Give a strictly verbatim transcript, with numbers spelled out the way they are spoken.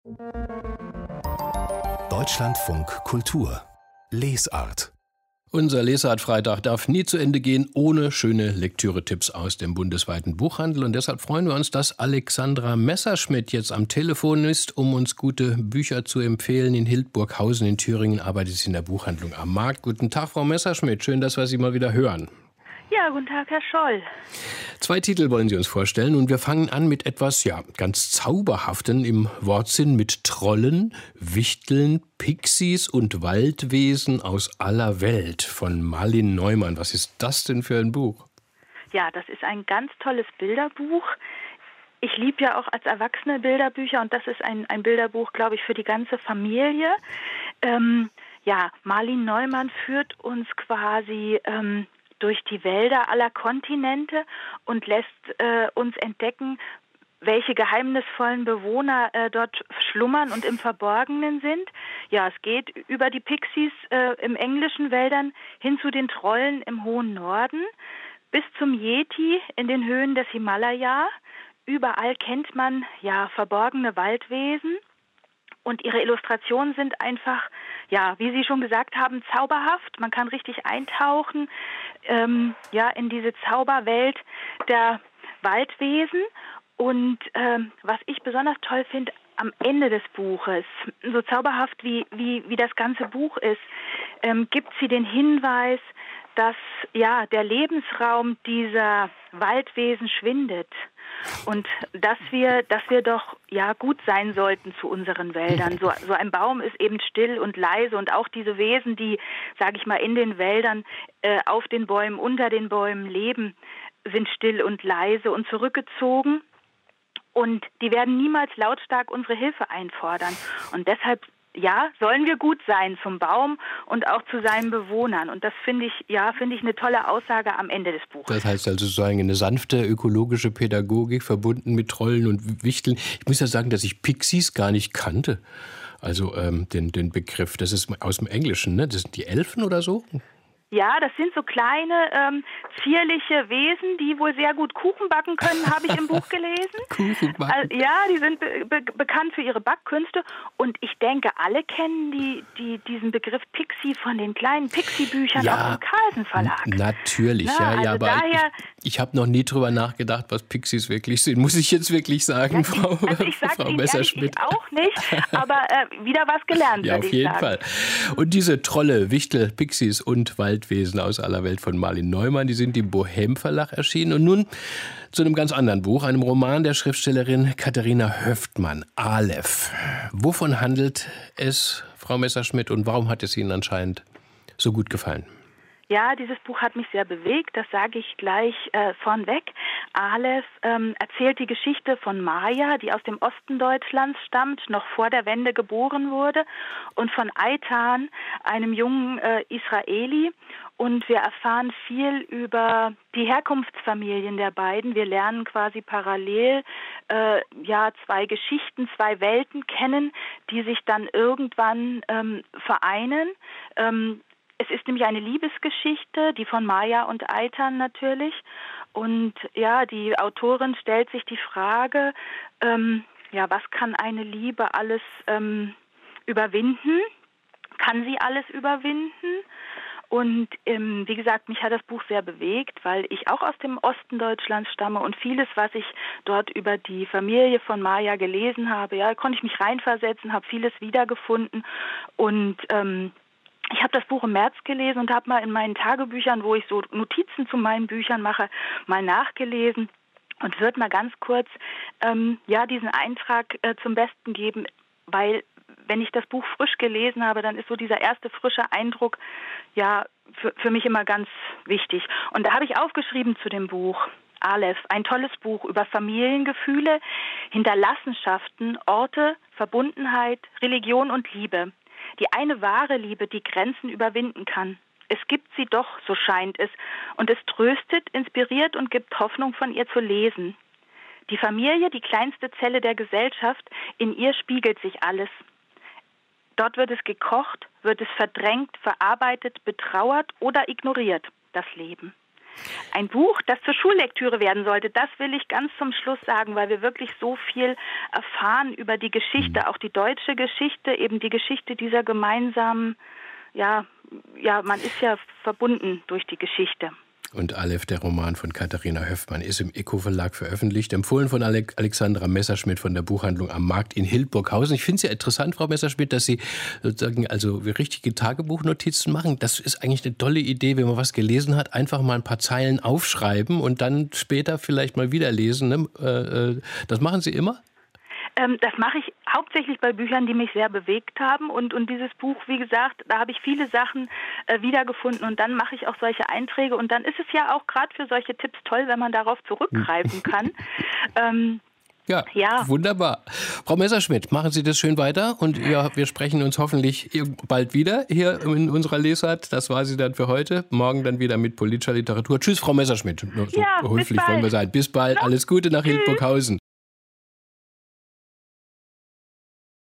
Deutschlandfunk Kultur Lesart. Unser Lesart-Freitag darf nie zu Ende gehen ohne schöne Lektüre-Tipps aus dem bundesweiten Buchhandel. Und deshalb freuen wir uns, dass Alexandra Messerschmidt jetzt am Telefon ist, um uns gute Bücher zu empfehlen. In Hildburghausen in Thüringen arbeitet sie in der Buchhandlung am Markt. Guten Tag, Frau Messerschmidt. Schön, dass wir Sie mal wieder hören. Ja, guten Tag, Herr Scholl. Zwei Titel wollen Sie uns vorstellen und wir fangen an mit etwas, ja, ganz Zauberhaften im Wortsinn, mit Trollen, Wichteln, Pixies und Waldwesen aus aller Welt von Malin Neumann. Was ist das denn für ein Buch? Ja, das ist ein ganz tolles Bilderbuch. Ich liebe ja auch als Erwachsene Bilderbücher und das ist ein, ein Bilderbuch, glaube ich, für die ganze Familie. Ähm, ja, Malin Neumann führt uns quasi Ähm, durch die Wälder aller Kontinente und lässt äh, uns entdecken, welche geheimnisvollen Bewohner äh, dort schlummern und im Verborgenen sind. Ja, es geht über die Pixies äh, im englischen Wäldern hin zu den Trollen im hohen Norden, bis zum Yeti in den Höhen des Himalaya. Überall kennt man ja verborgene Waldwesen. Und ihre Illustrationen sind einfach, ja, wie Sie schon gesagt haben, zauberhaft. Man kann richtig eintauchen, ähm, ja, in diese Zauberwelt der Waldwesen. Und ähm, was ich besonders toll finde, am Ende des Buches, so zauberhaft wie, wie, wie das ganze Buch ist, ähm, gibt sie den Hinweis, dass ja der Lebensraum dieser Waldwesen schwindet. Und dass wir, dass wir doch ja gut sein sollten zu unseren Wäldern. So, so ein Baum ist eben still und leise und auch diese Wesen, die, sage ich mal, in den Wäldern, äh, auf den Bäumen, unter den Bäumen leben, sind still und leise und zurückgezogen. Und die werden niemals lautstark unsere Hilfe einfordern. Und deshalb ja, sollen wir gut sein zum Baum und auch zu seinen Bewohnern. Und das finde ich, ja, finde ich eine tolle Aussage am Ende des Buches. Das heißt also sozusagen eine sanfte ökologische Pädagogik verbunden mit Trollen und Wichteln. Ich muss ja sagen, dass ich Pixies gar nicht kannte. Also ähm, den, den Begriff, das ist aus dem Englischen, ne? Das sind die Elfen oder so? Ja, das sind so kleine, ähm, zierliche Wesen, die wohl sehr gut Kuchen backen können, habe ich im Buch gelesen. Kuchen backen? Also, ja, die sind be- be- bekannt für ihre Backkünste. Und ich denke, alle kennen die, die, diesen Begriff Pixie von den kleinen Pixie-Büchern Ja, aus dem Carlsen Verlag. N- natürlich, Na, ja, also ja, aber daher, ich, ich habe noch nie drüber nachgedacht, was Pixies wirklich sind. Muss ich jetzt wirklich sagen, ja, Frau, also ich sag Frau Ihnen Messerschmidt? ehrlich, ich auch nicht, aber äh, wieder was gelernt, Ja, würde auf ich jeden sagen. Fall. Und diese Trolle, Wichtel, Pixies und Waldwesen aus aller Welt von Malin Neumann, die sind im Bohem Verlag erschienen. Und nun zu einem ganz anderen Buch, einem Roman der Schriftstellerin Katharina Höftmann, Aleph. Wovon handelt es, Frau Messerschmidt, und warum hat es Ihnen anscheinend so gut gefallen? Ja, dieses Buch hat mich sehr bewegt, das sage ich gleich äh, vornweg. Aleph ähm, erzählt die Geschichte von Maja, die aus dem Osten Deutschlands stammt, noch vor der Wende geboren wurde, und von Eitan, einem jungen äh, Israeli. Und wir erfahren viel über die Herkunftsfamilien der beiden. Wir lernen quasi parallel äh, ja zwei Geschichten, zwei Welten kennen, die sich dann irgendwann ähm, vereinen. Ähm, Es ist nämlich eine Liebesgeschichte, die von Maja und Eitan natürlich. Und ja, die Autorin stellt sich die Frage, ähm, ja, was kann eine Liebe alles ähm, überwinden? Kann sie alles überwinden? Und ähm, wie gesagt, mich hat das Buch sehr bewegt, weil ich auch aus dem Osten Deutschlands stamme und vieles, was ich dort über die Familie von Maja gelesen habe, ja, konnte ich mich reinversetzen, habe vieles wiedergefunden und ähm, ich habe das Buch im März gelesen und habe mal in meinen Tagebüchern, wo ich so Notizen zu meinen Büchern mache, mal nachgelesen und würde mal ganz kurz ähm, ja diesen Eintrag äh, zum Besten geben, weil wenn ich das Buch frisch gelesen habe, dann ist so dieser erste frische Eindruck ja für, für mich immer ganz wichtig. Und da habe ich aufgeschrieben zu dem Buch Aleph, ein tolles Buch über Familiengefühle, Hinterlassenschaften, Orte, Verbundenheit, Religion und Liebe. Die eine wahre Liebe, die Grenzen überwinden kann. Es gibt sie doch, so scheint es, und es tröstet, inspiriert und gibt Hoffnung, von ihr zu lesen. Die Familie, die kleinste Zelle der Gesellschaft, in ihr spiegelt sich alles. Dort wird es gekocht, wird es verdrängt, verarbeitet, betrauert oder ignoriert, das Leben. Ein Buch, das zur Schullektüre werden sollte, das will ich ganz zum Schluss sagen, weil wir wirklich so viel erfahren über die Geschichte, mhm. auch die deutsche Geschichte, eben die Geschichte dieser gemeinsamen, ja, ja, man ist ja verbunden durch die Geschichte. Und Aleph, der Roman von Katharina Höfmann, ist im Eco-Verlag veröffentlicht. Empfohlen von Alexandra Messerschmidt von der Buchhandlung Am Markt in Hildburghausen. Ich finde es ja interessant, Frau Messerschmidt, dass Sie sozusagen also richtige Tagebuchnotizen machen. Das ist eigentlich eine tolle Idee, wenn man was gelesen hat, einfach mal ein paar Zeilen aufschreiben und dann später vielleicht mal wieder lesen. Ne? Das machen Sie immer? Ähm, das mache ich hauptsächlich bei Büchern, die mich sehr bewegt haben. Und, und dieses Buch, wie gesagt, da habe ich viele Sachen äh, wiedergefunden. Und dann mache ich auch solche Einträge. Und dann ist es ja auch gerade für solche Tipps toll, wenn man darauf zurückgreifen kann. ähm, Ja, ja, wunderbar. Frau Messerschmidt, machen Sie das schön weiter und ja, wir sprechen uns hoffentlich bald wieder hier in unserer Lesart. Das war sie dann für heute. Morgen dann wieder mit politischer Literatur. Tschüss, Frau Messerschmidt. So ja, höflich wollen wir sein. Bis bald. Alles Gute nach Hildburghausen.